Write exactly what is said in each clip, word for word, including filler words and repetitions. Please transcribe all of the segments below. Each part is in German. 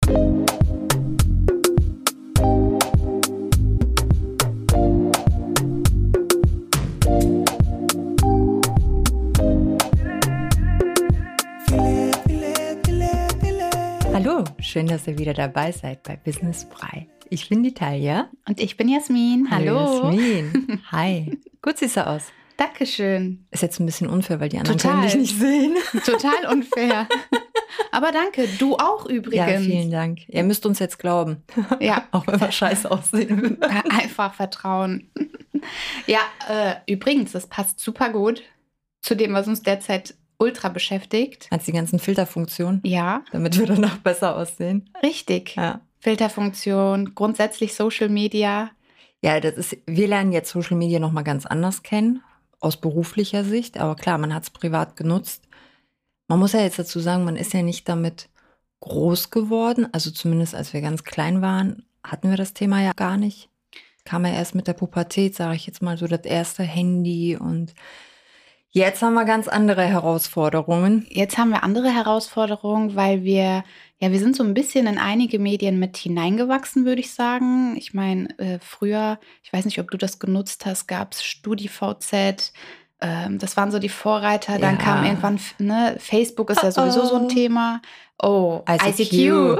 Hallo, schön, dass ihr wieder dabei seid bei Business frei. Ich bin die Talia. Und ich bin Jasmin. Hallo. Hallo Jasmin. Hi. Gut siehst du aus. Dankeschön. Ist jetzt ein bisschen unfair, weil die anderen Total. können dich nicht sehen. Total unfair. Aber danke, du auch übrigens. Ja, vielen Dank. Ihr müsst uns jetzt glauben. Ja. Auch wenn wir scheiße aussehen. Einfach vertrauen. Ja, äh, übrigens, das passt super gut zu dem, was uns derzeit ultra beschäftigt. Als die ganzen Filterfunktionen. Ja. Damit wir danach besser aussehen. Richtig. Ja. Filterfunktion, grundsätzlich Social Media. Ja, das ist, wir lernen jetzt Social Media nochmal ganz anders kennen, aus beruflicher Sicht. Aber klar, man hat es privat genutzt. Man muss ja jetzt dazu sagen, man ist ja nicht damit groß geworden. Also zumindest als wir ganz klein waren, hatten wir das Thema ja gar nicht. Kam ja erst mit der Pubertät, sage ich jetzt mal, so das erste Handy. Und jetzt haben wir ganz andere Herausforderungen. Jetzt haben wir andere Herausforderungen, weil wir, ja, wir sind so ein bisschen in einige Medien mit hineingewachsen, würde ich sagen. Ich meine, äh, früher, ich weiß nicht, ob du das genutzt hast, gab es StudiVZ. Ähm, das waren so die Vorreiter. Dann Ja. kam irgendwann, ne, Facebook ist ja sowieso Oh. so ein Thema. Oh, I C Q. I C Q.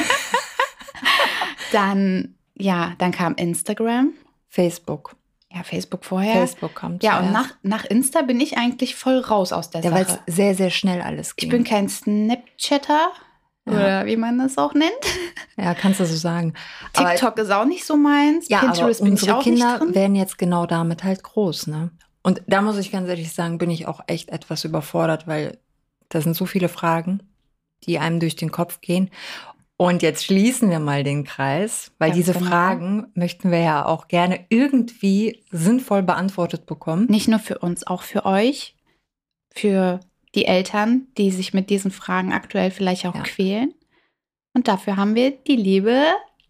Dann, ja, dann kam Instagram. Facebook. Ja, Facebook vorher. Facebook kommt Ja, und zuerst. nach, nach Insta bin ich eigentlich voll raus aus der Ja, weil Sache. es sehr, sehr schnell alles ging. Ich bin kein Snapchatter Ja. oder wie man das auch nennt. Ja, kannst du so sagen. Aber- TikTok ist auch nicht so meins. Ja, Pinterest aber bin ich unsere auch Kinder nicht drin. werden jetzt genau damit halt groß, ne? Und da muss ich ganz ehrlich sagen, bin ich auch echt etwas überfordert, weil da sind so viele Fragen, die einem durch den Kopf gehen. Und jetzt schließen wir mal den Kreis, weil Ganz diese genau. Fragen möchten wir ja auch gerne irgendwie sinnvoll beantwortet bekommen. Nicht nur für uns, auch für euch, für die Eltern, die sich mit diesen Fragen aktuell vielleicht auch Ja. quälen. Und dafür haben wir die liebe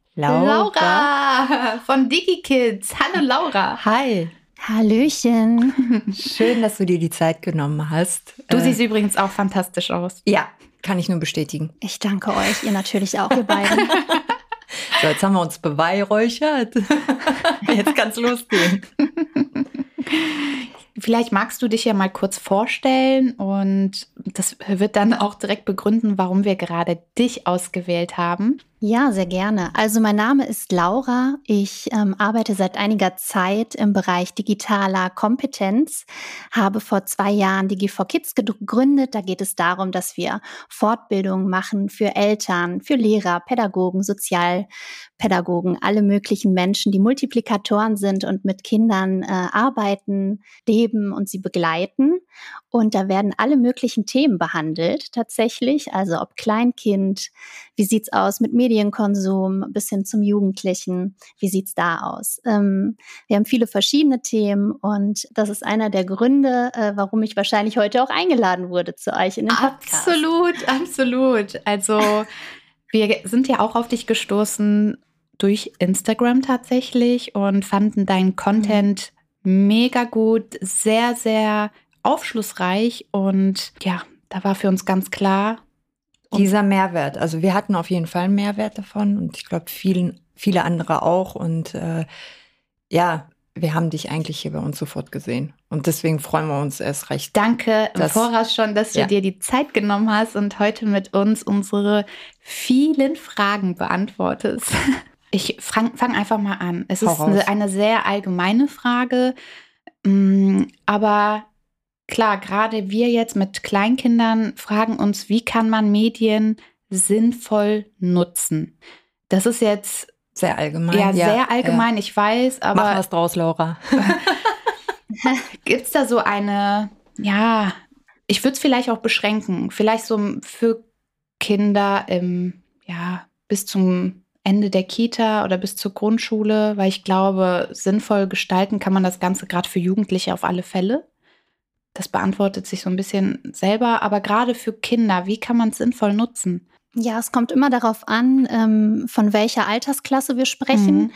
Laura von DigiKids. Hallo Laura. Hi, Hallöchen. schön, dass du dir die Zeit genommen hast. Du Äh, siehst übrigens auch fantastisch aus. Ja, kann ich nur bestätigen. Ich danke euch, ihr natürlich auch, ihr beiden. So, jetzt haben wir uns beweihräuchert. Jetzt kann's losgehen. Vielleicht magst du dich ja mal kurz vorstellen und das wird dann auch direkt begründen, warum wir gerade dich ausgewählt haben. Ja, sehr gerne. Also mein Name ist Laura. Ich ähm, arbeite seit einiger Zeit im Bereich digitaler Kompetenz, habe vor zwei Jahren Digi for Kids gegründet. Da geht es darum, dass wir Fortbildungen machen für Eltern, für Lehrer, Pädagogen, Sozialpädagogen, alle möglichen Menschen, die Multiplikatoren sind und mit Kindern äh, arbeiten, leben und sie begleiten. Und da werden alle möglichen Themen behandelt tatsächlich. Also ob Kleinkind, wie sieht's aus mit Medienkonsum bis hin zum Jugendlichen, wie sieht's da aus? Ähm, wir haben viele verschiedene Themen und das ist einer der Gründe, äh, warum ich wahrscheinlich heute auch eingeladen wurde zu euch in den Podcast. Absolut, absolut. Also wir sind ja auch auf dich gestoßen durch Instagram tatsächlich und fanden deinen Content mega gut, sehr, sehr aufschlussreich und ja, da war für uns ganz klar, Dieser Mehrwert, also wir hatten auf jeden Fall einen Mehrwert davon und ich glaube vielen, viele andere auch und äh, ja, wir haben dich eigentlich hier bei uns sofort gesehen und deswegen freuen wir uns erst recht. danke im Das- Voraus schon, dass du ja. dir die Zeit genommen hast und heute mit uns unsere vielen Fragen beantwortest. Ich fange fang einfach mal an. Es Hau ist raus. eine, eine sehr allgemeine Frage, mm, aber klar, gerade wir jetzt mit Kleinkindern fragen uns, wie kann man Medien sinnvoll nutzen? Das ist jetzt Sehr allgemein. ja, sehr allgemein, ich weiß, Ja. Mach aber was draus, Laura. gibt es da so eine, ja, ich würde es vielleicht auch beschränken, vielleicht so für Kinder im, ja, bis zum Ende der Kita oder bis zur Grundschule, weil ich glaube, sinnvoll gestalten kann man das Ganze gerade für Jugendliche auf alle Fälle. Das beantwortet sich so ein bisschen selber, aber gerade für Kinder, wie kann man es sinnvoll nutzen? Ja, es kommt immer darauf an, ähm, von welcher Altersklasse wir sprechen. Mhm.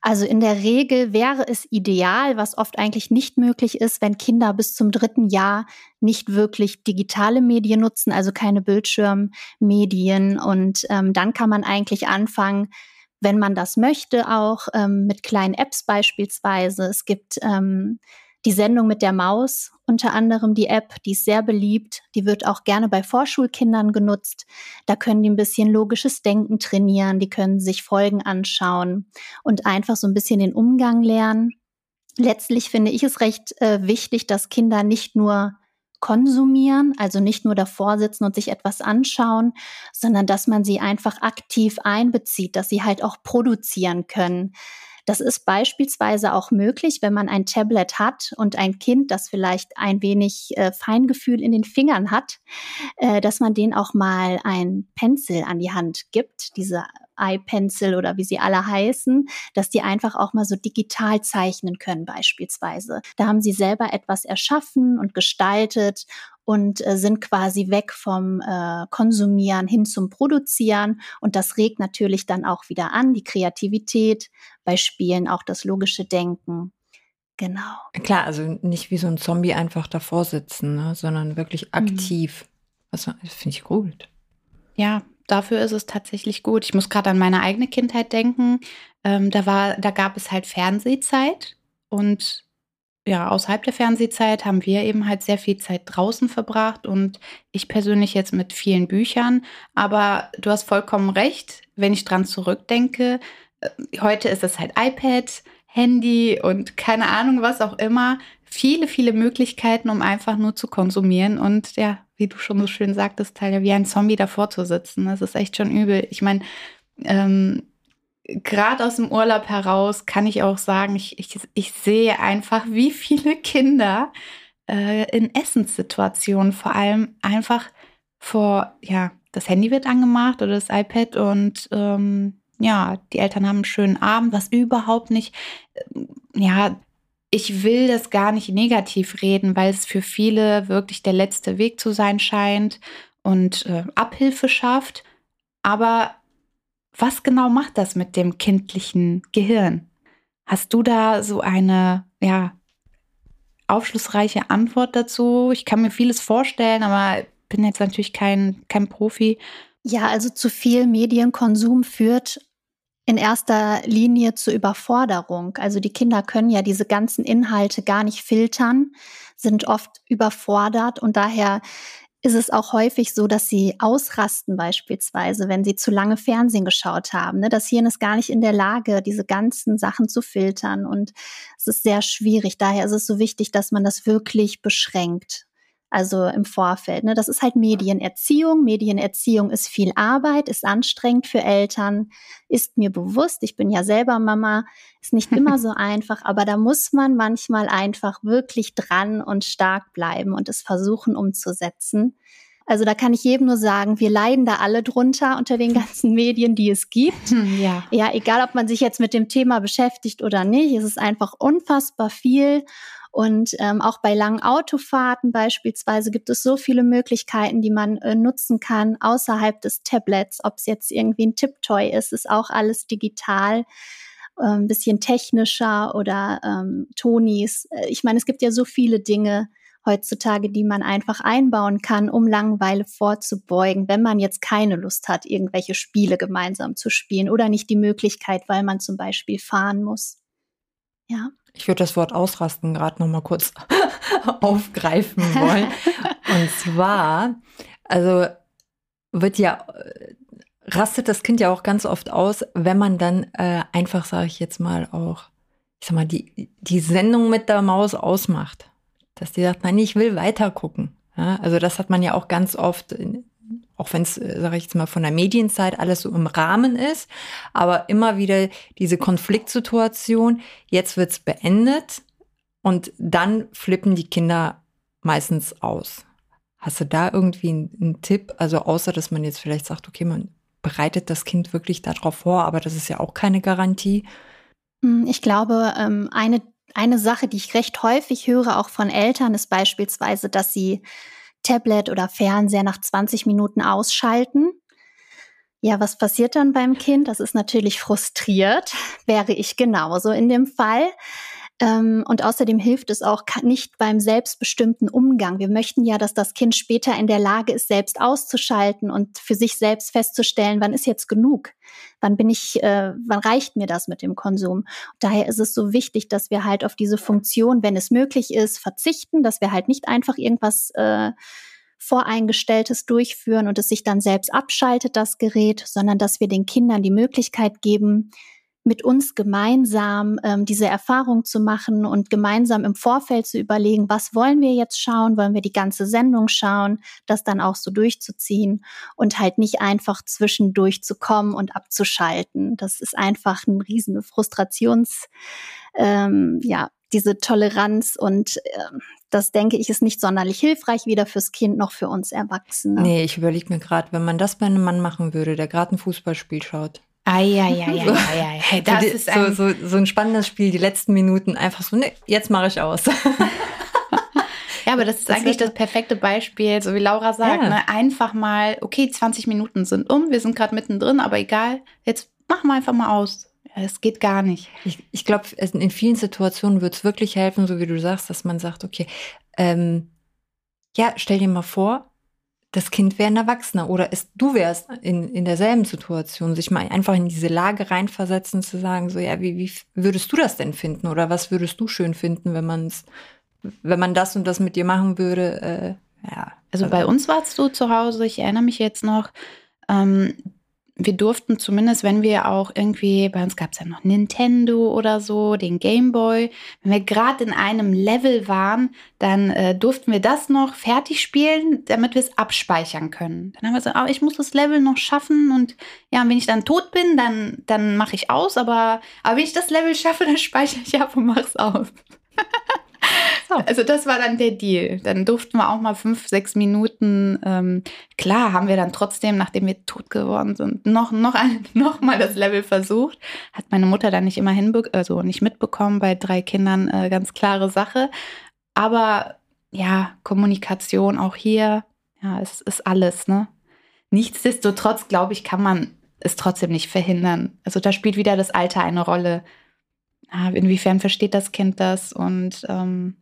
Also in der Regel wäre es ideal, was oft eigentlich nicht möglich ist, wenn Kinder bis zum dritten Jahr nicht wirklich digitale Medien nutzen, also keine Bildschirmmedien. Und ähm, dann kann man eigentlich anfangen, wenn man das möchte, auch ähm, mit kleinen Apps beispielsweise. Es gibt ähm, die Sendung mit der Maus, unter anderem die App, die ist sehr beliebt. Die wird auch gerne bei Vorschulkindern genutzt. Da können die ein bisschen logisches Denken trainieren, die können sich Folgen anschauen und einfach so ein bisschen den Umgang lernen. Letztlich finde ich es recht äh, wichtig, dass Kinder nicht nur konsumieren, also nicht nur davor sitzen und sich etwas anschauen, sondern dass man sie einfach aktiv einbezieht, dass sie halt auch produzieren können. Das ist beispielsweise auch möglich, wenn man ein Tablet hat und ein Kind, das vielleicht ein wenig äh, Feingefühl in den Fingern hat, äh, dass man denen auch mal ein Pencil an die Hand gibt, diese iPencil oder wie sie alle heißen, dass die einfach auch mal so digital zeichnen können beispielsweise. Da haben sie selber etwas erschaffen und gestaltet und äh, sind quasi weg vom äh, Konsumieren hin zum Produzieren. Und das regt natürlich dann auch wieder an, die Kreativität, bei Spielen auch das logische Denken. Genau. Klar, also nicht wie so ein Zombie einfach davor sitzen, ne, sondern wirklich aktiv. Mhm. Also, das finde ich gut. Ja, dafür ist es tatsächlich gut. Ich muss gerade an meine eigene Kindheit denken. Ähm, da war, da gab es halt Fernsehzeit und ja, außerhalb der Fernsehzeit haben wir eben halt sehr viel Zeit draußen verbracht und ich persönlich jetzt mit vielen Büchern. Aber du hast vollkommen recht, wenn ich dran zurückdenke, heute ist es halt iPad, Handy und keine Ahnung was auch immer. Viele, viele Möglichkeiten, um einfach nur zu konsumieren und ja, wie du schon so schön sagtest, Talia, wie ein Zombie davor zu sitzen. Das ist echt schon übel. Ich meine, ähm, gerade aus dem Urlaub heraus kann ich auch sagen, ich, ich, ich sehe einfach, wie viele Kinder äh, in Essenssituationen vor allem einfach vor, ja, das Handy wird angemacht oder das iPad und ähm, ja, die Eltern haben einen schönen Abend, was überhaupt nicht, äh, ja, ich will das gar nicht negativ reden, weil es für viele wirklich der letzte Weg zu sein scheint und äh, Abhilfe schafft. Aber was genau macht das mit dem kindlichen Gehirn? Hast du da so eine, ja, aufschlussreiche Antwort dazu? Ich kann mir vieles vorstellen, aber bin jetzt natürlich kein, kein Profi. Ja, also zu viel Medienkonsum führt in erster Linie zur Überforderung. Also die Kinder können ja diese ganzen Inhalte gar nicht filtern, sind oft überfordert und daher ist es auch häufig so, dass sie ausrasten beispielsweise, wenn sie zu lange Fernsehen geschaut haben. Das Hirn ist gar nicht in der Lage, diese ganzen Sachen zu filtern und es ist sehr schwierig. Daher ist es so wichtig, dass man das wirklich beschränkt. Also im Vorfeld. Das ist halt Medienerziehung. Medienerziehung ist viel Arbeit, ist anstrengend für Eltern, ist mir bewusst. Ich bin ja selber Mama, ist nicht immer so einfach, aber da muss man manchmal einfach wirklich dran und stark bleiben und es versuchen umzusetzen. Also da kann ich jedem nur sagen, wir leiden da alle drunter unter den ganzen Medien, die es gibt. Ja. Ja, egal ob man sich jetzt mit dem Thema beschäftigt oder nicht, es ist einfach unfassbar viel. Und ähm, auch bei langen Autofahrten beispielsweise gibt es so viele Möglichkeiten, die man äh, nutzen kann, außerhalb des Tablets. Ob es jetzt irgendwie ein Tipptoy ist, ist auch alles digital, äh, ein bisschen technischer oder ähm, Tonis. Ich meine, es gibt ja so viele Dinge heutzutage, die man einfach einbauen kann, um Langeweile vorzubeugen, wenn man jetzt keine Lust hat, irgendwelche Spiele gemeinsam zu spielen oder nicht die Möglichkeit, weil man zum Beispiel fahren muss. Ja. Ich würde das Wort ausrasten gerade noch mal kurz aufgreifen wollen. Und zwar, also wird ja, rastet das Kind ja auch ganz oft aus, wenn man dann äh, einfach, sage ich jetzt mal, auch, ich sag mal, die, die Sendung mit der Maus ausmacht. Dass die sagt, nein, ich will weiter gucken. Ja, also das hat man ja auch ganz oft, in, auch wenn es, sage ich jetzt mal, von der Medienzeit alles so im Rahmen ist, aber immer wieder diese Konfliktsituation, jetzt wird's beendet und dann flippen die Kinder meistens aus. Hast du da irgendwie einen, einen Tipp? Also außer, dass man jetzt vielleicht sagt, okay, man bereitet das Kind wirklich darauf vor, aber das ist ja auch keine Garantie. Ich glaube, eine, eine Sache, die ich recht häufig höre, auch von Eltern, ist beispielsweise, dass sie Tablet oder Fernseher nach zwanzig Minuten ausschalten. Ja, was passiert dann beim Kind? Das ist natürlich frustriert, wäre ich genauso in dem Fall. Ähm, und außerdem hilft es auch nicht beim selbstbestimmten Umgang. Wir möchten ja, dass das Kind später in der Lage ist, selbst auszuschalten und für sich selbst festzustellen, wann ist jetzt genug? Wann bin ich, äh, wann reicht mir das mit dem Konsum? Daher ist es so wichtig, dass wir halt auf diese Funktion, wenn es möglich ist, verzichten, dass wir halt nicht einfach irgendwas äh, Voreingestelltes durchführen und es sich dann selbst abschaltet, das Gerät, sondern dass wir den Kindern die Möglichkeit geben, mit uns gemeinsam ähm, diese Erfahrung zu machen und gemeinsam im Vorfeld zu überlegen, was wollen wir jetzt schauen, wollen wir die ganze Sendung schauen, das dann auch so durchzuziehen und halt nicht einfach zwischendurch zu kommen und abzuschalten. Das ist einfach ein riesen Frustrations, ähm, ja, diese Toleranz und äh, das, denke ich, ist nicht sonderlich hilfreich, weder fürs Kind noch für uns Erwachsene. Nee, ich überlege mir gerade, wenn man das bei einem Mann machen würde, der gerade ein Fußballspiel schaut. Eieieiei, das so, ist ein so, so, so ein spannendes Spiel, die letzten Minuten einfach so, nee, jetzt mache ich aus. Ja, aber das ist das eigentlich das perfekte Beispiel, so wie Laura sagt, ja. ne? Einfach mal, okay, zwanzig Minuten sind um, wir sind gerade mittendrin, aber egal, jetzt machen wir einfach mal aus. Es geht gar nicht. Ich, ich glaube, in vielen Situationen wird es wirklich helfen, so wie du sagst, dass man sagt, okay, ähm, ja, stell dir mal vor, das Kind wäre ein Erwachsener oder es, du wärst in, in derselben Situation, sich mal einfach in diese Lage reinversetzen, zu sagen, so, ja, wie, wie würdest du das denn finden oder was würdest du schön finden, wenn man's, wenn man das und das mit dir machen würde, äh, ja. Also bei uns war es so zu Hause, ich erinnere mich jetzt noch, ähm, wir durften zumindest, wenn wir auch irgendwie, bei uns gab es ja noch Nintendo oder so, den Gameboy, wenn wir gerade in einem Level waren, dann äh, durften wir das noch fertig spielen, damit wir es abspeichern können. Dann haben wir gesagt, oh, ich muss das Level noch schaffen und ja, wenn ich dann tot bin, dann, dann mache ich aus, aber, aber wenn ich das Level schaffe, dann speichere ich ab und mache es aus. So. Also das war dann der Deal. Dann durften wir auch mal fünf, sechs Minuten, ähm, klar haben wir dann trotzdem, nachdem wir tot geworden sind, noch, noch, ein, noch mal das Level versucht. Hat meine Mutter dann nicht immer hinbe- also nicht mitbekommen, bei drei Kindern, äh, ganz klare Sache. Aber ja, Kommunikation auch hier, ja, es ist alles, ne? Nichtsdestotrotz, glaube ich, kann man es trotzdem nicht verhindern. Also da spielt wieder das Alter eine Rolle. Ja, inwiefern versteht das Kind das? Und ähm,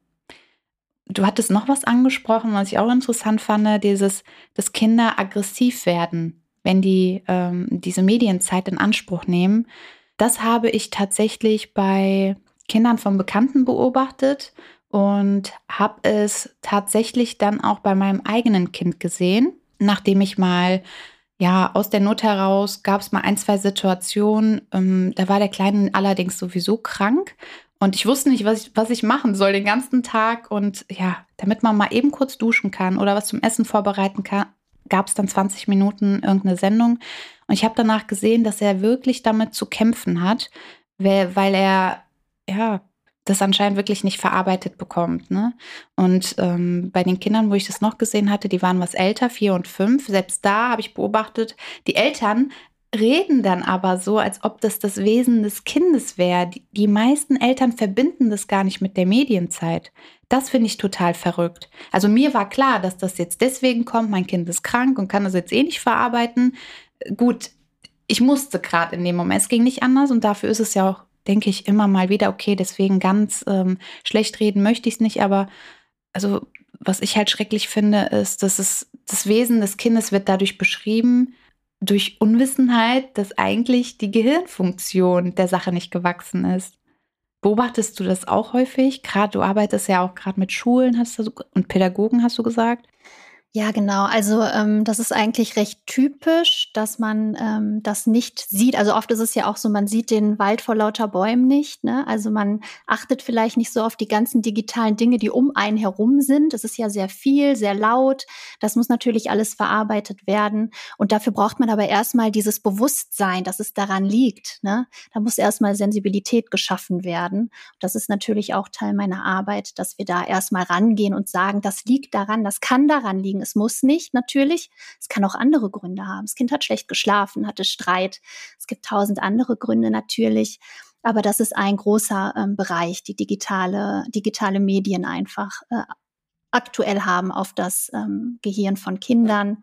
du hattest noch was angesprochen, was ich auch interessant fand, dieses, dass Kinder aggressiv werden, wenn die ähm, diese Medienzeit in Anspruch nehmen. Das habe ich tatsächlich bei Kindern von Bekannten beobachtet und habe es tatsächlich dann auch bei meinem eigenen Kind gesehen, nachdem ich mal Ja, aus der Not heraus gab es mal ein, zwei Situationen, ähm, da war der Kleine allerdings sowieso krank und ich wusste nicht, was ich, was ich machen soll den ganzen Tag und ja, damit man mal eben kurz duschen kann oder was zum Essen vorbereiten kann, gab es dann zwanzig Minuten irgendeine Sendung und ich habe danach gesehen, dass er wirklich damit zu kämpfen hat, weil, weil er, ja, das anscheinend wirklich nicht verarbeitet bekommt. Ne? Und ähm, bei den Kindern, wo ich das noch gesehen hatte, die waren was älter, vier und fünf. Selbst da habe ich beobachtet, die Eltern reden dann aber so, als ob das das Wesen des Kindes wäre. Die, die meisten Eltern verbinden das gar nicht mit der Medienzeit. Das finde ich total verrückt. Also mir war klar, dass das jetzt deswegen kommt, mein Kind ist krank und kann das jetzt eh nicht verarbeiten. Gut, ich musste gerade in dem Moment, es ging nicht anders und dafür ist es ja auch, denke ich, immer mal wieder, okay, deswegen ganz ähm, schlecht reden möchte ich es nicht, aber also was ich halt schrecklich finde, ist, dass es das Wesen des Kindes wird dadurch beschrieben, durch Unwissenheit, dass eigentlich die Gehirnfunktion der Sache nicht gewachsen ist. Beobachtest du das auch häufig? Gerade du arbeitest ja auch gerade mit Schulen hast du, und Pädagogen, hast du gesagt? Ja, genau. Also ähm, das ist eigentlich recht typisch, dass man ähm, das nicht sieht. Also oft ist es ja auch so, man sieht den Wald vor lauter Bäumen nicht. Ne? Also man achtet vielleicht nicht so auf die ganzen digitalen Dinge, die um einen herum sind. Es ist ja sehr viel, sehr laut. Das muss natürlich alles verarbeitet werden. Und dafür braucht man aber erstmal dieses Bewusstsein, dass es daran liegt. Ne? Da muss erstmal Sensibilität geschaffen werden. Das ist natürlich auch Teil meiner Arbeit, dass wir da erstmal rangehen und sagen, das liegt daran, das kann daran liegen. Es muss nicht, natürlich. Es kann auch andere Gründe haben. Das Kind hat schlecht geschlafen, hatte Streit. Es gibt tausend andere Gründe natürlich. Aber das ist ein großer ähm, Bereich, die digitale, digitale Medien einfach äh, aktuell haben auf das ähm, Gehirn von Kindern,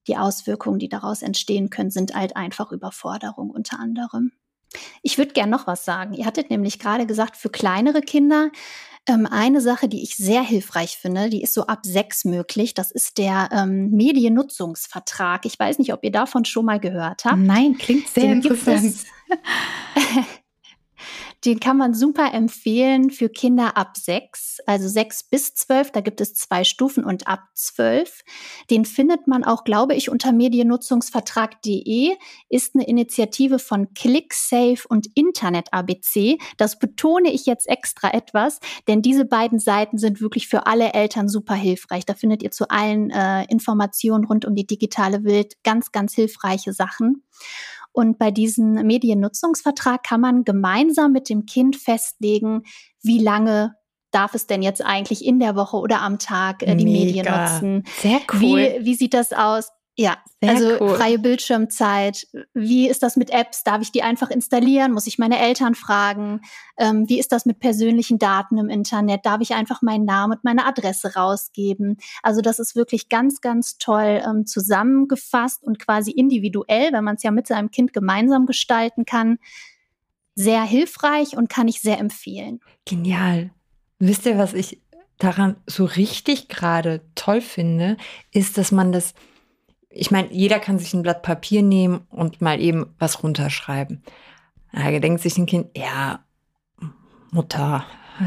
die Auswirkungen, die daraus entstehen können, sind halt einfach Überforderung unter anderem. Ich würde gern noch was sagen. Ihr hattet nämlich gerade gesagt, für kleinere Kinder ähm, eine Sache, die ich sehr hilfreich finde, die ist so ab sechs möglich. Das ist der ähm, Mediennutzungsvertrag. Ich weiß nicht, ob ihr davon schon mal gehört habt. Nein, klingt sehr Den gibt interessant. es- Den kann man super empfehlen für Kinder ab sechs, also sechs bis zwölf. Da gibt es zwei Stufen und ab zwölf. Den findet man auch, glaube ich, unter mediennutzungsvertrag punkt de. Ist eine Initiative von ClickSafe und Internet A B C. Das betone ich jetzt extra etwas, denn diese beiden Seiten sind wirklich für alle Eltern super hilfreich. Da findet ihr zu allen äh, Informationen rund um die digitale Welt ganz, ganz hilfreiche Sachen. Und bei diesem Mediennutzungsvertrag kann man gemeinsam mit dem Kind festlegen, wie lange darf es denn jetzt eigentlich in der Woche oder am Tag äh, die Mega. Medien nutzen. Sehr cool. Wie, wie sieht das aus? Ja, Sehr also cool. freie Bildschirmzeit. Wie ist das mit Apps? Darf ich die einfach installieren? Muss ich meine Eltern fragen? Ähm, wie ist das mit persönlichen Daten im Internet? Darf ich einfach meinen Namen und meine Adresse rausgeben? Also das ist wirklich ganz, ganz toll ähm, zusammengefasst und quasi individuell, wenn man es ja mit seinem Kind gemeinsam gestalten kann. Sehr hilfreich und kann ich sehr empfehlen. Genial. Wisst ihr, was ich daran so richtig gerade toll finde, ist, dass man das, ich meine, jeder kann sich ein Blatt Papier nehmen und mal eben was runterschreiben. Da denkt sich ein Kind, ja, Mutter,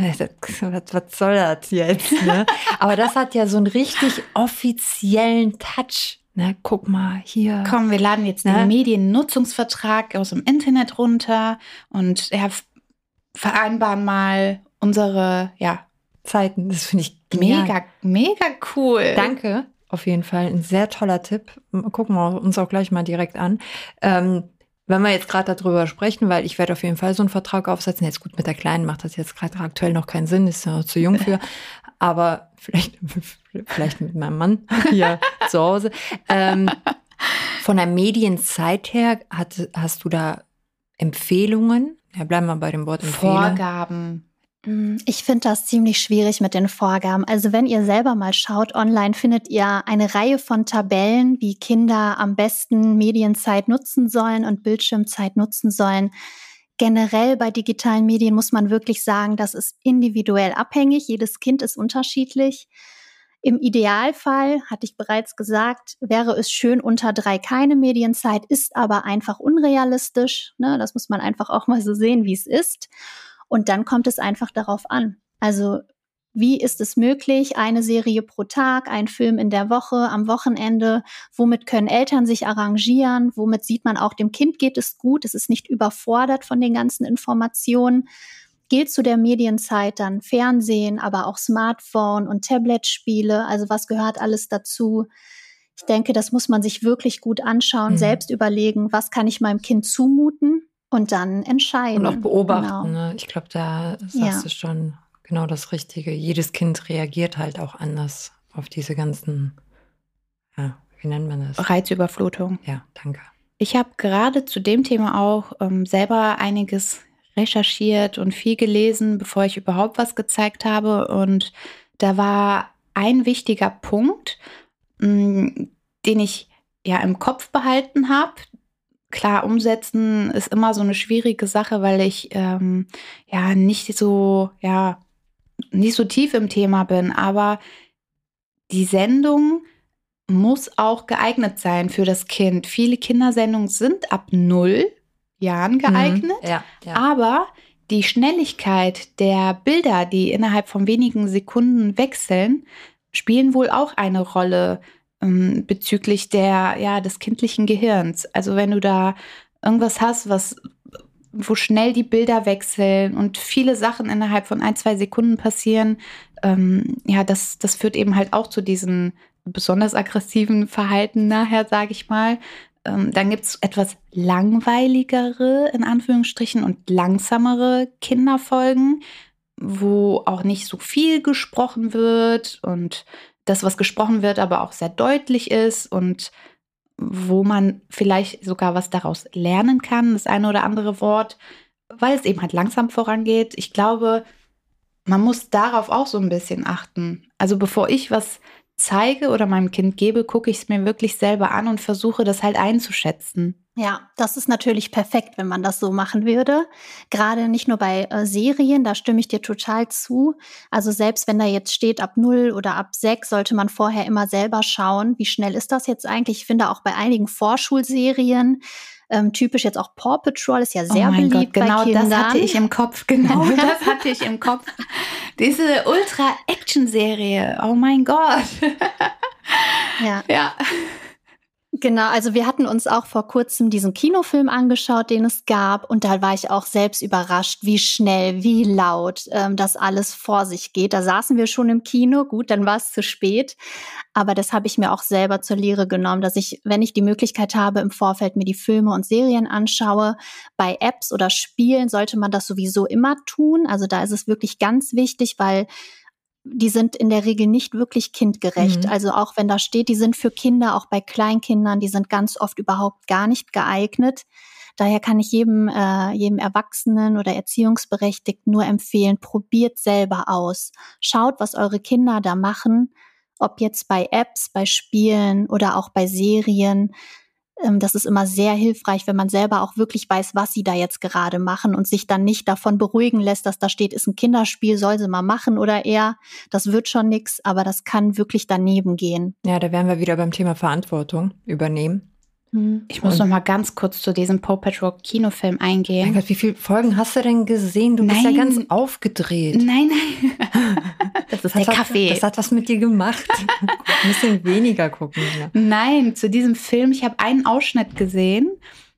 was, was soll das jetzt? Ne? Aber das hat ja so einen richtig offiziellen Touch. Ne? Guck mal, hier. Komm, wir laden jetzt Ne? den Mediennutzungsvertrag aus dem Internet runter und ja, f- vereinbaren mal unsere, ja, Zeiten, das finde ich genial. mega, mega cool. Danke, auf jeden Fall. Ein sehr toller Tipp. Gucken wir uns auch gleich mal direkt an. Ähm, wenn wir jetzt gerade darüber sprechen, weil ich werde auf jeden Fall so einen Vertrag aufsetzen. Jetzt gut, mit der Kleinen macht das jetzt gerade aktuell noch keinen Sinn, ist ja noch zu jung für. Aber vielleicht, vielleicht mit meinem Mann hier zu Hause. Ähm, von der Medienzeit her, hat, hast du da Empfehlungen? Ja, bleiben wir bei dem Wort Empfehlung. Vorgaben. Ich finde das ziemlich schwierig mit den Vorgaben. Also wenn ihr selber mal schaut, online findet ihr eine Reihe von Tabellen, wie Kinder am besten Medienzeit nutzen sollen und Bildschirmzeit nutzen sollen. Generell bei digitalen Medien muss man wirklich sagen, das ist individuell abhängig. Jedes Kind ist unterschiedlich. Im Idealfall, hatte ich bereits gesagt, wäre es schön unter drei keine Medienzeit, ist aber einfach unrealistisch. Ne? Das muss man einfach auch mal so sehen, wie es ist. Und dann kommt es einfach darauf an. Also wie ist es möglich, eine Serie pro Tag, ein Film in der Woche, am Wochenende? Womit können Eltern sich arrangieren? Womit sieht man auch, dem Kind geht es gut? Es ist nicht überfordert von den ganzen Informationen. Gilt zu der Medienzeit dann Fernsehen, aber auch Smartphone und Tablet-Spiele? Also was gehört alles dazu? Ich denke, das muss man sich wirklich gut anschauen, Mhm. selbst überlegen, was kann ich meinem Kind zumuten? Und dann entscheiden. Und auch beobachten. Genau. Ne? Ich glaube, da sagst Ja. du schon genau das Richtige. Jedes Kind reagiert halt auch anders auf diese ganzen, ja, wie nennt man das? Reizüberflutung. Ja, danke. Ich habe gerade zu dem Thema auch ähm, selber einiges recherchiert und viel gelesen, bevor ich überhaupt was gezeigt habe. Und da war ein wichtiger Punkt, mh, den ich ja im Kopf behalten habe. Klar, umsetzen ist immer so eine schwierige Sache, weil ich ähm, ja nicht so, ja, nicht so tief im Thema bin. Aber die Sendung muss auch geeignet sein für das Kind. Viele Kindersendungen sind ab null Jahren geeignet, Mhm. Ja, ja. aber die Schnelligkeit der Bilder, die innerhalb von wenigen Sekunden wechseln, spielen wohl auch eine Rolle ähm, bezüglich der, ja, des kindlichen Gehirns. Also wenn du da irgendwas hast, was, wo schnell die Bilder wechseln und viele Sachen innerhalb von ein, zwei Sekunden passieren, ähm, ja, das, das führt eben halt auch zu diesen besonders aggressiven Verhalten nachher, sage ich mal. Ähm, dann gibt es etwas langweiligere, in Anführungsstrichen, und langsamere Kinderfolgen, wo auch nicht so viel gesprochen wird und das, was gesprochen wird, aber auch sehr deutlich ist und wo man vielleicht sogar was daraus lernen kann, das eine oder andere Wort, weil es eben halt langsam vorangeht. Ich glaube, man muss darauf auch so ein bisschen achten. Also bevor ich was zeige oder meinem Kind gebe, gucke ich es mir wirklich selber an und versuche das halt einzuschätzen. Ja, das ist natürlich perfekt, wenn man das so machen würde. Gerade nicht nur bei äh, Serien, da stimme ich dir total zu. Also selbst wenn da jetzt steht ab null oder ab sechs, sollte man vorher immer selber schauen, wie schnell ist das jetzt eigentlich. Ich finde auch bei einigen Vorschulserien, ähm, typisch jetzt auch Paw Patrol, ist ja sehr oh mein beliebt Gott, genau bei Kindern. Das hatte ich im Kopf, genau das hatte ich im Kopf. Diese Ultra-Action-Serie, oh mein Gott. Ja. Ja. Genau, also wir hatten uns auch vor kurzem diesen Kinofilm angeschaut, den es gab, und da war ich auch selbst überrascht, wie schnell, wie laut ähm, das alles vor sich geht. Da saßen wir schon im Kino, gut, dann war es zu spät, aber das habe ich mir auch selber zur Lehre genommen, dass ich, wenn ich die Möglichkeit habe, im Vorfeld mir die Filme und Serien anschaue, bei Apps oder Spielen sollte man das sowieso immer tun. Also da ist es wirklich ganz wichtig, weil die sind in der Regel nicht wirklich kindgerecht. Mhm. Also auch wenn da steht, die sind für Kinder, auch bei Kleinkindern, die sind ganz oft überhaupt gar nicht geeignet. Daher kann ich jedem, äh, jedem Erwachsenen oder Erziehungsberechtigten nur empfehlen, probiert selber aus. Schaut, was eure Kinder da machen, ob jetzt bei Apps, bei Spielen oder auch bei Serien. Das ist immer sehr hilfreich, wenn man selber auch wirklich weiß, was sie da jetzt gerade machen und sich dann nicht davon beruhigen lässt, dass da steht, ist ein Kinderspiel, soll sie mal machen oder eher, das wird schon nix, aber das kann wirklich daneben gehen. Ja, da wären wir wieder beim Thema Verantwortung übernehmen. Ich muss und, noch mal ganz kurz zu diesem Paw Patrol Kinofilm eingehen. Mein Gott, wie viele Folgen hast du denn gesehen? Du nein. bist ja ganz aufgedreht. Nein, nein. Das ist das der hat, Kaffee. Das hat was mit dir gemacht. Ein bisschen weniger gucken. Ja. Nein, zu diesem Film, ich habe einen Ausschnitt gesehen.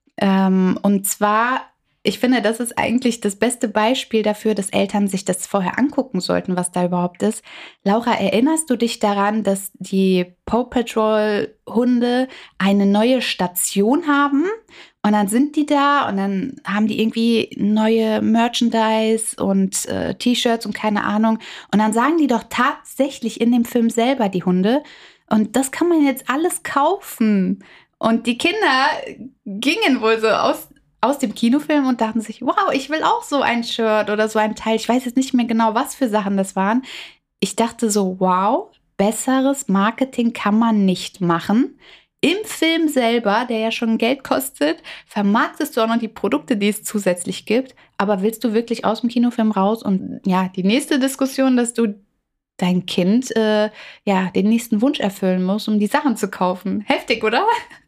Ähm, und zwar, ich finde, das ist eigentlich das beste Beispiel dafür, dass Eltern sich das vorher angucken sollten, was da überhaupt ist. Laura, erinnerst du dich daran, dass die Paw Patrol Hunde eine neue Station haben? Und dann sind die da und dann haben die irgendwie neue Merchandise und äh, T-Shirts und keine Ahnung. Und dann sagen die doch tatsächlich in dem Film selber, die Hunde, und das kann man jetzt alles kaufen. Und die Kinder gingen wohl so aus aus dem Kinofilm und dachten sich, wow, ich will auch so ein Shirt oder so ein Teil. Ich weiß jetzt nicht mehr genau, was für Sachen das waren. Ich dachte so, wow, besseres Marketing kann man nicht machen. Im Film selber, der ja schon Geld kostet, vermarktest du auch noch die Produkte, die es zusätzlich gibt. Aber willst du wirklich aus dem Kinofilm raus? Und ja, die nächste Diskussion, dass du dein Kind äh, ja den nächsten Wunsch erfüllen musst, um die Sachen zu kaufen. Heftig, oder?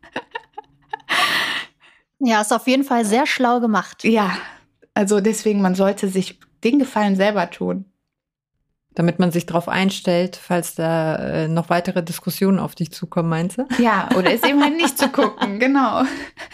Ja, ist auf jeden Fall sehr schlau gemacht. Ja, also deswegen, man sollte sich den Gefallen selber tun. Damit man sich darauf einstellt, falls da äh, noch weitere Diskussionen auf dich zukommen, meinst du? Ja, oder es eben halt nicht zu gucken, genau.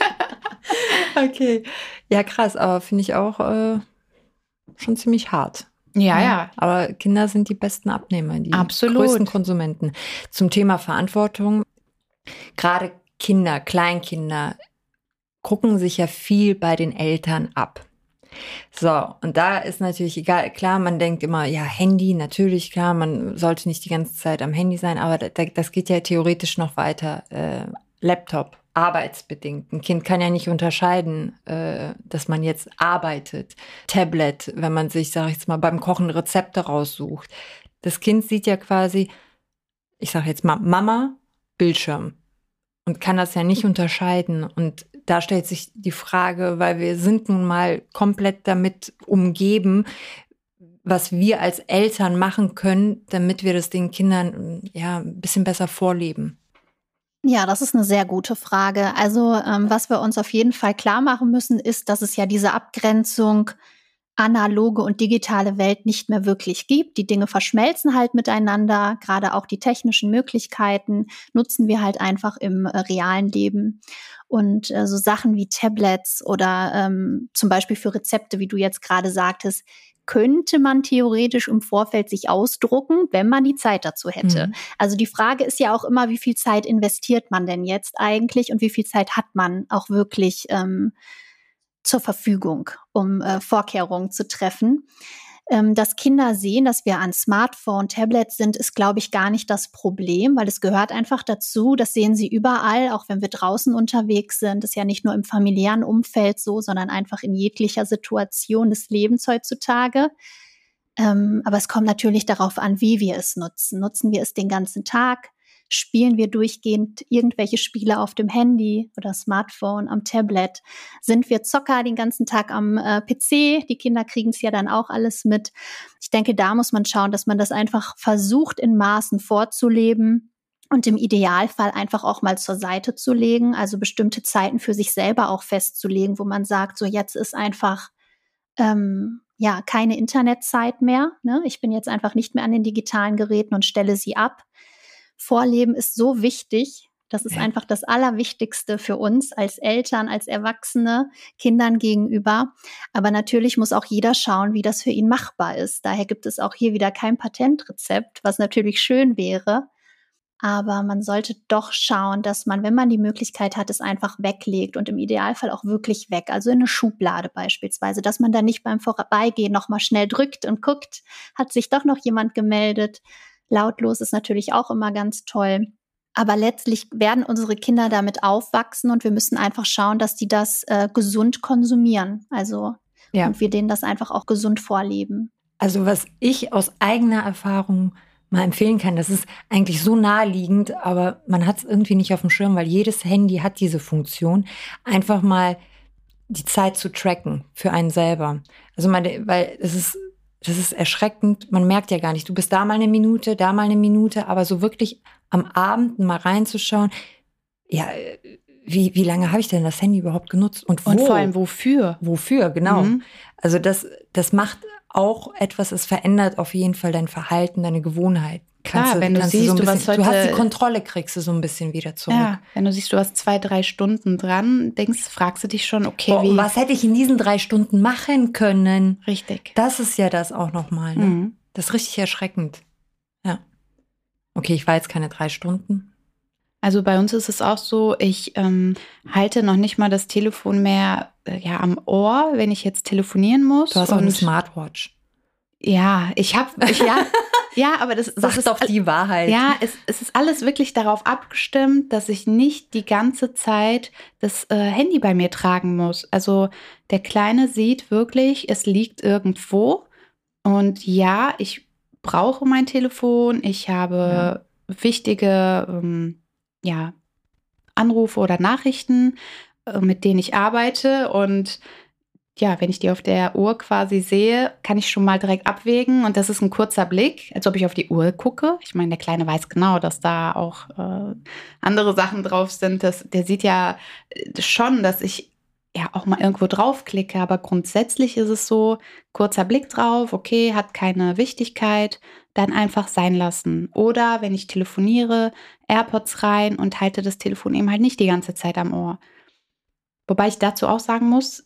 Okay. Ja, krass, aber finde ich auch äh, schon ziemlich hart. Ja, ja, ja. Aber Kinder sind die besten Abnehmer, die Absolut. größten Konsumenten. Zum Thema Verantwortung, gerade Kinder, Kleinkinder, gucken sich ja viel bei den Eltern ab. So, und da ist natürlich egal, klar, man denkt immer, ja, Handy, natürlich, klar, man sollte nicht die ganze Zeit am Handy sein, aber da, das geht ja theoretisch noch weiter. Äh, Laptop, arbeitsbedingt. Ein Kind kann ja nicht unterscheiden, äh, dass man jetzt arbeitet. Tablet, wenn man sich, sag ich jetzt mal, beim Kochen Rezepte raussucht. Das Kind sieht ja quasi, ich sag jetzt mal, Mama, Bildschirm. Und kann das ja nicht unterscheiden. Und da stellt sich die Frage, weil wir sind nun mal komplett damit umgeben, was wir als Eltern machen können, damit wir das den Kindern ja ein bisschen besser vorleben. Ja, das ist eine sehr gute Frage. Also ähm, was wir uns auf jeden Fall klar machen müssen, ist, dass es ja diese Abgrenzung analoge und digitale Welt nicht mehr wirklich gibt. Die Dinge verschmelzen halt miteinander. Gerade auch die technischen Möglichkeiten nutzen wir halt einfach im äh, realen Leben. Und äh, so Sachen wie Tablets oder ähm, zum Beispiel für Rezepte, wie du jetzt gerade sagtest, könnte man theoretisch im Vorfeld sich ausdrucken, wenn man die Zeit dazu hätte. Mhm. Also die Frage ist ja auch immer, wie viel Zeit investiert man denn jetzt eigentlich und wie viel Zeit hat man auch wirklich ähm, zur Verfügung, um äh, Vorkehrungen zu treffen. Ähm, dass Kinder sehen, dass wir an Smartphone, Tablets sind, ist, glaube ich, gar nicht das Problem, weil es gehört einfach dazu. Das sehen sie überall, auch wenn wir draußen unterwegs sind. Das ist ja nicht nur im familiären Umfeld so, sondern einfach in jeglicher Situation des Lebens heutzutage. Ähm, aber es kommt natürlich darauf an, wie wir es nutzen. Nutzen wir es den ganzen Tag? Spielen wir durchgehend irgendwelche Spiele auf dem Handy oder Smartphone, am Tablet? Sind wir Zocker den ganzen Tag am äh, P C? Die Kinder kriegen es ja dann auch alles mit. Ich denke, da muss man schauen, dass man das einfach versucht, in Maßen vorzuleben und im Idealfall einfach auch mal zur Seite zu legen, also bestimmte Zeiten für sich selber auch festzulegen, wo man sagt, so jetzt ist einfach ähm, ja keine Internetzeit mehr. Ne? Ich bin jetzt einfach nicht mehr an den digitalen Geräten und stelle sie ab. Vorleben ist so wichtig. Das ist ja. einfach das Allerwichtigste für uns als Eltern, als Erwachsene, Kindern gegenüber. Aber natürlich muss auch jeder schauen, wie das für ihn machbar ist. Daher gibt es auch hier wieder kein Patentrezept, was natürlich schön wäre. Aber man sollte doch schauen, dass man, wenn man die Möglichkeit hat, es einfach weglegt und im Idealfall auch wirklich weg. Also in eine Schublade beispielsweise, dass man dann nicht beim Vorbeigehen nochmal schnell drückt und guckt, hat sich doch noch jemand gemeldet. Lautlos ist natürlich auch immer ganz toll. Aber letztlich werden unsere Kinder damit aufwachsen und wir müssen einfach schauen, dass die das äh, gesund konsumieren. Also ja. Und wir denen das einfach auch gesund vorleben. Also was ich aus eigener Erfahrung mal empfehlen kann, das ist eigentlich so naheliegend, aber man hat es irgendwie nicht auf dem Schirm, weil jedes Handy hat diese Funktion, einfach mal die Zeit zu tracken für einen selber. Also meine, weil es ist Das ist erschreckend. Man merkt ja gar nicht, du bist da mal eine Minute, da mal eine Minute, aber so wirklich am Abend mal reinzuschauen, ja, wie, wie lange habe ich denn das Handy überhaupt genutzt? Und, wo? Und vor allem wofür? Wofür, genau. Mhm. Also das, das macht auch etwas, es verändert auf jeden Fall dein Verhalten, deine Gewohnheit. Klar, kannst du, wenn du siehst, du, so du, bisschen, was heute, du hast die Kontrolle, kriegst du so ein bisschen wieder zurück. Ja, wenn du siehst, du hast zwei, drei Stunden dran, denkst, fragst du dich schon, okay, oh, wie... was hätte ich in diesen drei Stunden machen können? Richtig. Das ist ja das auch nochmal, ne? Mhm. Das ist richtig erschreckend. Ja. Okay, ich war jetzt keine drei Stunden. Also bei uns ist es auch so, ich ähm, halte noch nicht mal das Telefon mehr äh, ja, am Ohr, wenn ich jetzt telefonieren muss. Du hast auch eine Smartwatch. Ja, ich habe, ja, ja, aber das, das Sag ist doch die Wahrheit. Ja, es, es ist alles wirklich darauf abgestimmt, dass ich nicht die ganze Zeit das äh, Handy bei mir tragen muss. Also der Kleine sieht wirklich, es liegt irgendwo und ja, ich brauche mein Telefon, ich habe ja. wichtige ähm, ja, Anrufe oder Nachrichten, äh, mit denen ich arbeite und ja, wenn ich die auf der Uhr quasi sehe, kann ich schon mal direkt abwägen und das ist ein kurzer Blick, als ob ich auf die Uhr gucke. Ich meine, der Kleine weiß genau, dass da auch äh, andere Sachen drauf sind. Das, der sieht ja schon, dass ich ja auch mal irgendwo draufklicke, aber grundsätzlich ist es so, kurzer Blick drauf, okay, hat keine Wichtigkeit, dann einfach sein lassen. Oder wenn ich telefoniere, AirPods rein und halte das Telefon eben halt nicht die ganze Zeit am Ohr. Wobei ich dazu auch sagen muss,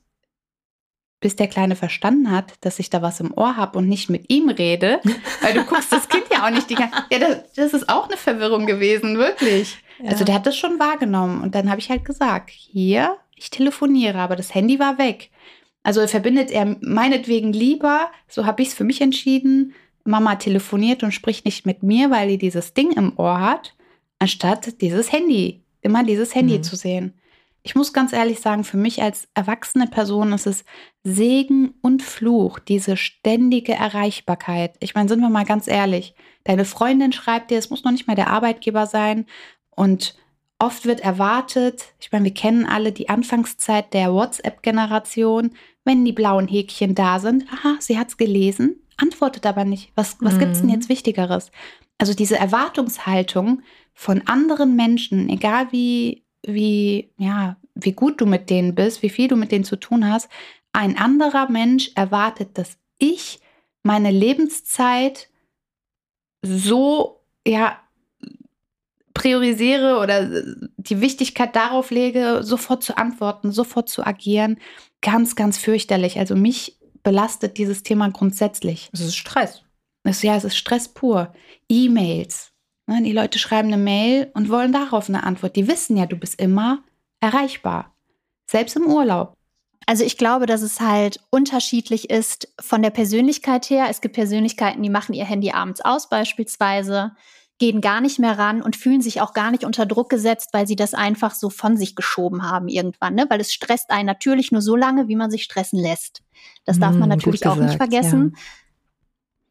bis der Kleine verstanden hat, dass ich da was im Ohr habe und nicht mit ihm rede, weil du guckst das Kind ja auch nicht die ganze Zeit. Ja, das, das ist auch eine Verwirrung gewesen, wirklich. Ja. Also der hat das schon wahrgenommen und dann habe ich halt gesagt, hier, ich telefoniere, aber das Handy war weg. Also verbindet er meinetwegen lieber, so habe ich es für mich entschieden, Mama telefoniert und spricht nicht mit mir, weil die dieses Ding im Ohr hat, anstatt dieses Handy, immer dieses Handy mhm. zu sehen. Ich muss ganz ehrlich sagen, für mich als erwachsene Person ist es Segen und Fluch, diese ständige Erreichbarkeit. Ich meine, sind wir mal ganz ehrlich, deine Freundin schreibt dir, es muss noch nicht mal der Arbeitgeber sein und oft wird erwartet, ich meine, wir kennen alle die Anfangszeit der WhatsApp-Generation, wenn die blauen Häkchen da sind, aha, sie hat es gelesen, antwortet aber nicht. Was, was mhm. gibt es denn jetzt Wichtigeres? Also diese Erwartungshaltung von anderen Menschen, egal wie wie, ja, wie gut du mit denen bist, wie viel du mit denen zu tun hast. Ein anderer Mensch erwartet, dass ich meine Lebenszeit so, ja, priorisiere oder die Wichtigkeit darauf lege, sofort zu antworten, sofort zu agieren. Ganz, ganz fürchterlich. Also mich belastet dieses Thema grundsätzlich. Es ist Stress. Es, ja, es ist Stress pur. E-Mails. Die Leute schreiben eine Mail und wollen darauf eine Antwort. Die wissen ja, du bist immer erreichbar. Selbst im Urlaub. Also ich glaube, dass es halt unterschiedlich ist von der Persönlichkeit her. Es gibt Persönlichkeiten, die machen ihr Handy abends aus beispielsweise, gehen gar nicht mehr ran und fühlen sich auch gar nicht unter Druck gesetzt, weil sie das einfach so von sich geschoben haben irgendwann. Ne? Weil es stresst einen natürlich nur so lange, wie man sich stressen lässt. Das darf man mmh, natürlich auch nicht vergessen. Ja.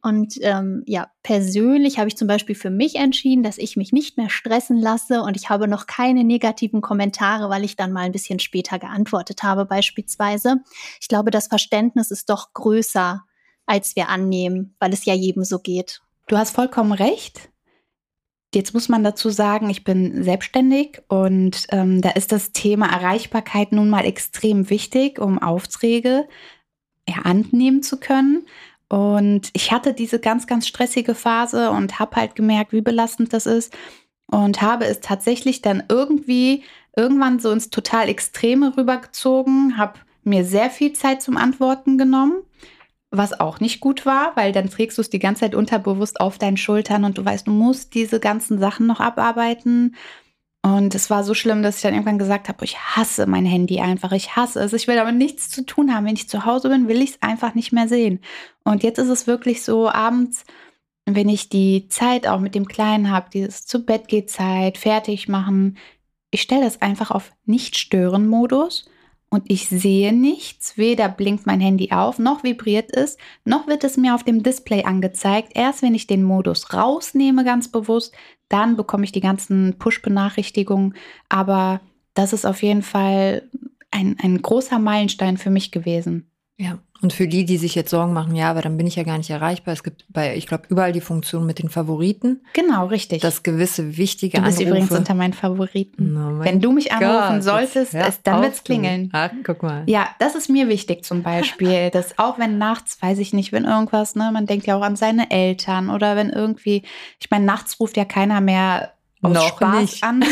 Und ähm, ja, persönlich habe ich zum Beispiel für mich entschieden, dass ich mich nicht mehr stressen lasse und ich habe noch keine negativen Kommentare, weil ich dann mal ein bisschen später geantwortet habe beispielsweise. Ich glaube, das Verständnis ist doch größer, als wir annehmen, weil es ja jedem so geht. Du hast vollkommen recht. Jetzt muss man dazu sagen, ich bin selbstständig und ähm, da ist das Thema Erreichbarkeit nun mal extrem wichtig, um Aufträge ja, annehmen zu können. Und ich hatte diese ganz, ganz stressige Phase und habe halt gemerkt, wie belastend das ist und habe es tatsächlich dann irgendwie irgendwann so ins total Extreme rübergezogen, habe mir sehr viel Zeit zum Antworten genommen, was auch nicht gut war, weil dann trägst du es die ganze Zeit unterbewusst auf deinen Schultern und du weißt, du musst diese ganzen Sachen noch abarbeiten. Und es war so schlimm, dass ich dann irgendwann gesagt habe, ich hasse mein Handy einfach, ich hasse es. Ich will damit nichts zu tun haben. Wenn ich zu Hause bin, will ich es einfach nicht mehr sehen. Und jetzt ist es wirklich so, abends, wenn ich die Zeit auch mit dem Kleinen habe, dieses Zu-Bett-Geht-Zeit, fertig machen, ich stelle das einfach auf Nicht-Stören-Modus und ich sehe nichts. Weder blinkt mein Handy auf, noch vibriert es, noch wird es mir auf dem Display angezeigt. Erst wenn ich den Modus rausnehme, ganz bewusst, dann bekomme ich die ganzen Push-Benachrichtigungen. Aber das ist auf jeden Fall ein, ein großer Meilenstein für mich gewesen. Ja, und für die, die sich jetzt Sorgen machen, ja, aber dann bin ich ja gar nicht erreichbar. Es gibt bei, ich glaube, überall die Funktion mit den Favoriten. Genau, richtig. Das gewisse wichtige Du bist Anrufe. übrigens unter meinen Favoriten. Oh mein Wenn du mich anrufen Gott, solltest, jetzt hör es, dann auf, wird's klingeln. du. Ach, guck mal. Ja, das ist mir wichtig zum Beispiel, dass auch wenn nachts, weiß ich nicht, wenn irgendwas, ne, man denkt ja auch an seine Eltern oder wenn irgendwie, ich meine, nachts ruft ja keiner mehr aus Noch Spaß nicht. an.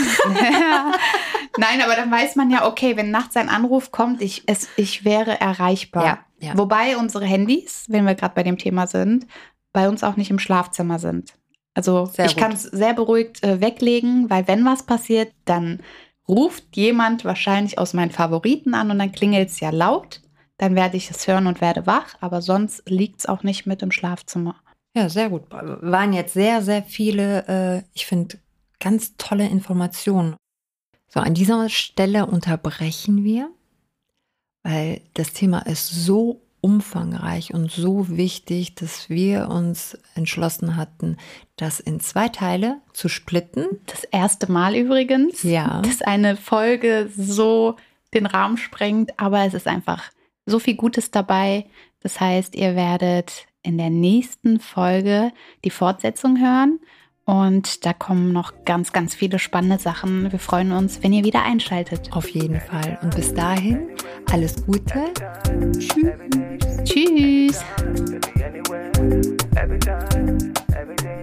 Nein, aber dann weiß man ja, okay, wenn nachts ein Anruf kommt, ich, es, ich wäre erreichbar. Ja, ja. Wobei unsere Handys, wenn wir gerade bei dem Thema sind, bei uns auch nicht im Schlafzimmer sind. Also Sehr ich gut. kann es sehr beruhigt äh, weglegen, weil wenn was passiert, dann ruft jemand wahrscheinlich aus meinen Favoriten an und dann klingelt es ja laut. Dann werde ich es hören und werde wach, aber sonst liegt es auch nicht mit im Schlafzimmer. Ja, sehr gut. Waren jetzt sehr, sehr viele, äh, ich finde, ganz tolle Informationen. So, an dieser Stelle unterbrechen wir, weil das Thema ist so umfangreich und so wichtig, dass wir uns entschlossen hatten, das in zwei Teile zu splitten. Das erste Mal übrigens, Ja. dass eine Folge so den Rahmen sprengt, aber es ist einfach so viel Gutes dabei. Das heißt, ihr werdet in der nächsten Folge die Fortsetzung hören und da kommen noch ganz, ganz viele spannende Sachen. Wir freuen uns, wenn ihr wieder einschaltet. Auf jeden Fall. Und bis dahin, alles Gute. Tschüss. Every time, every day.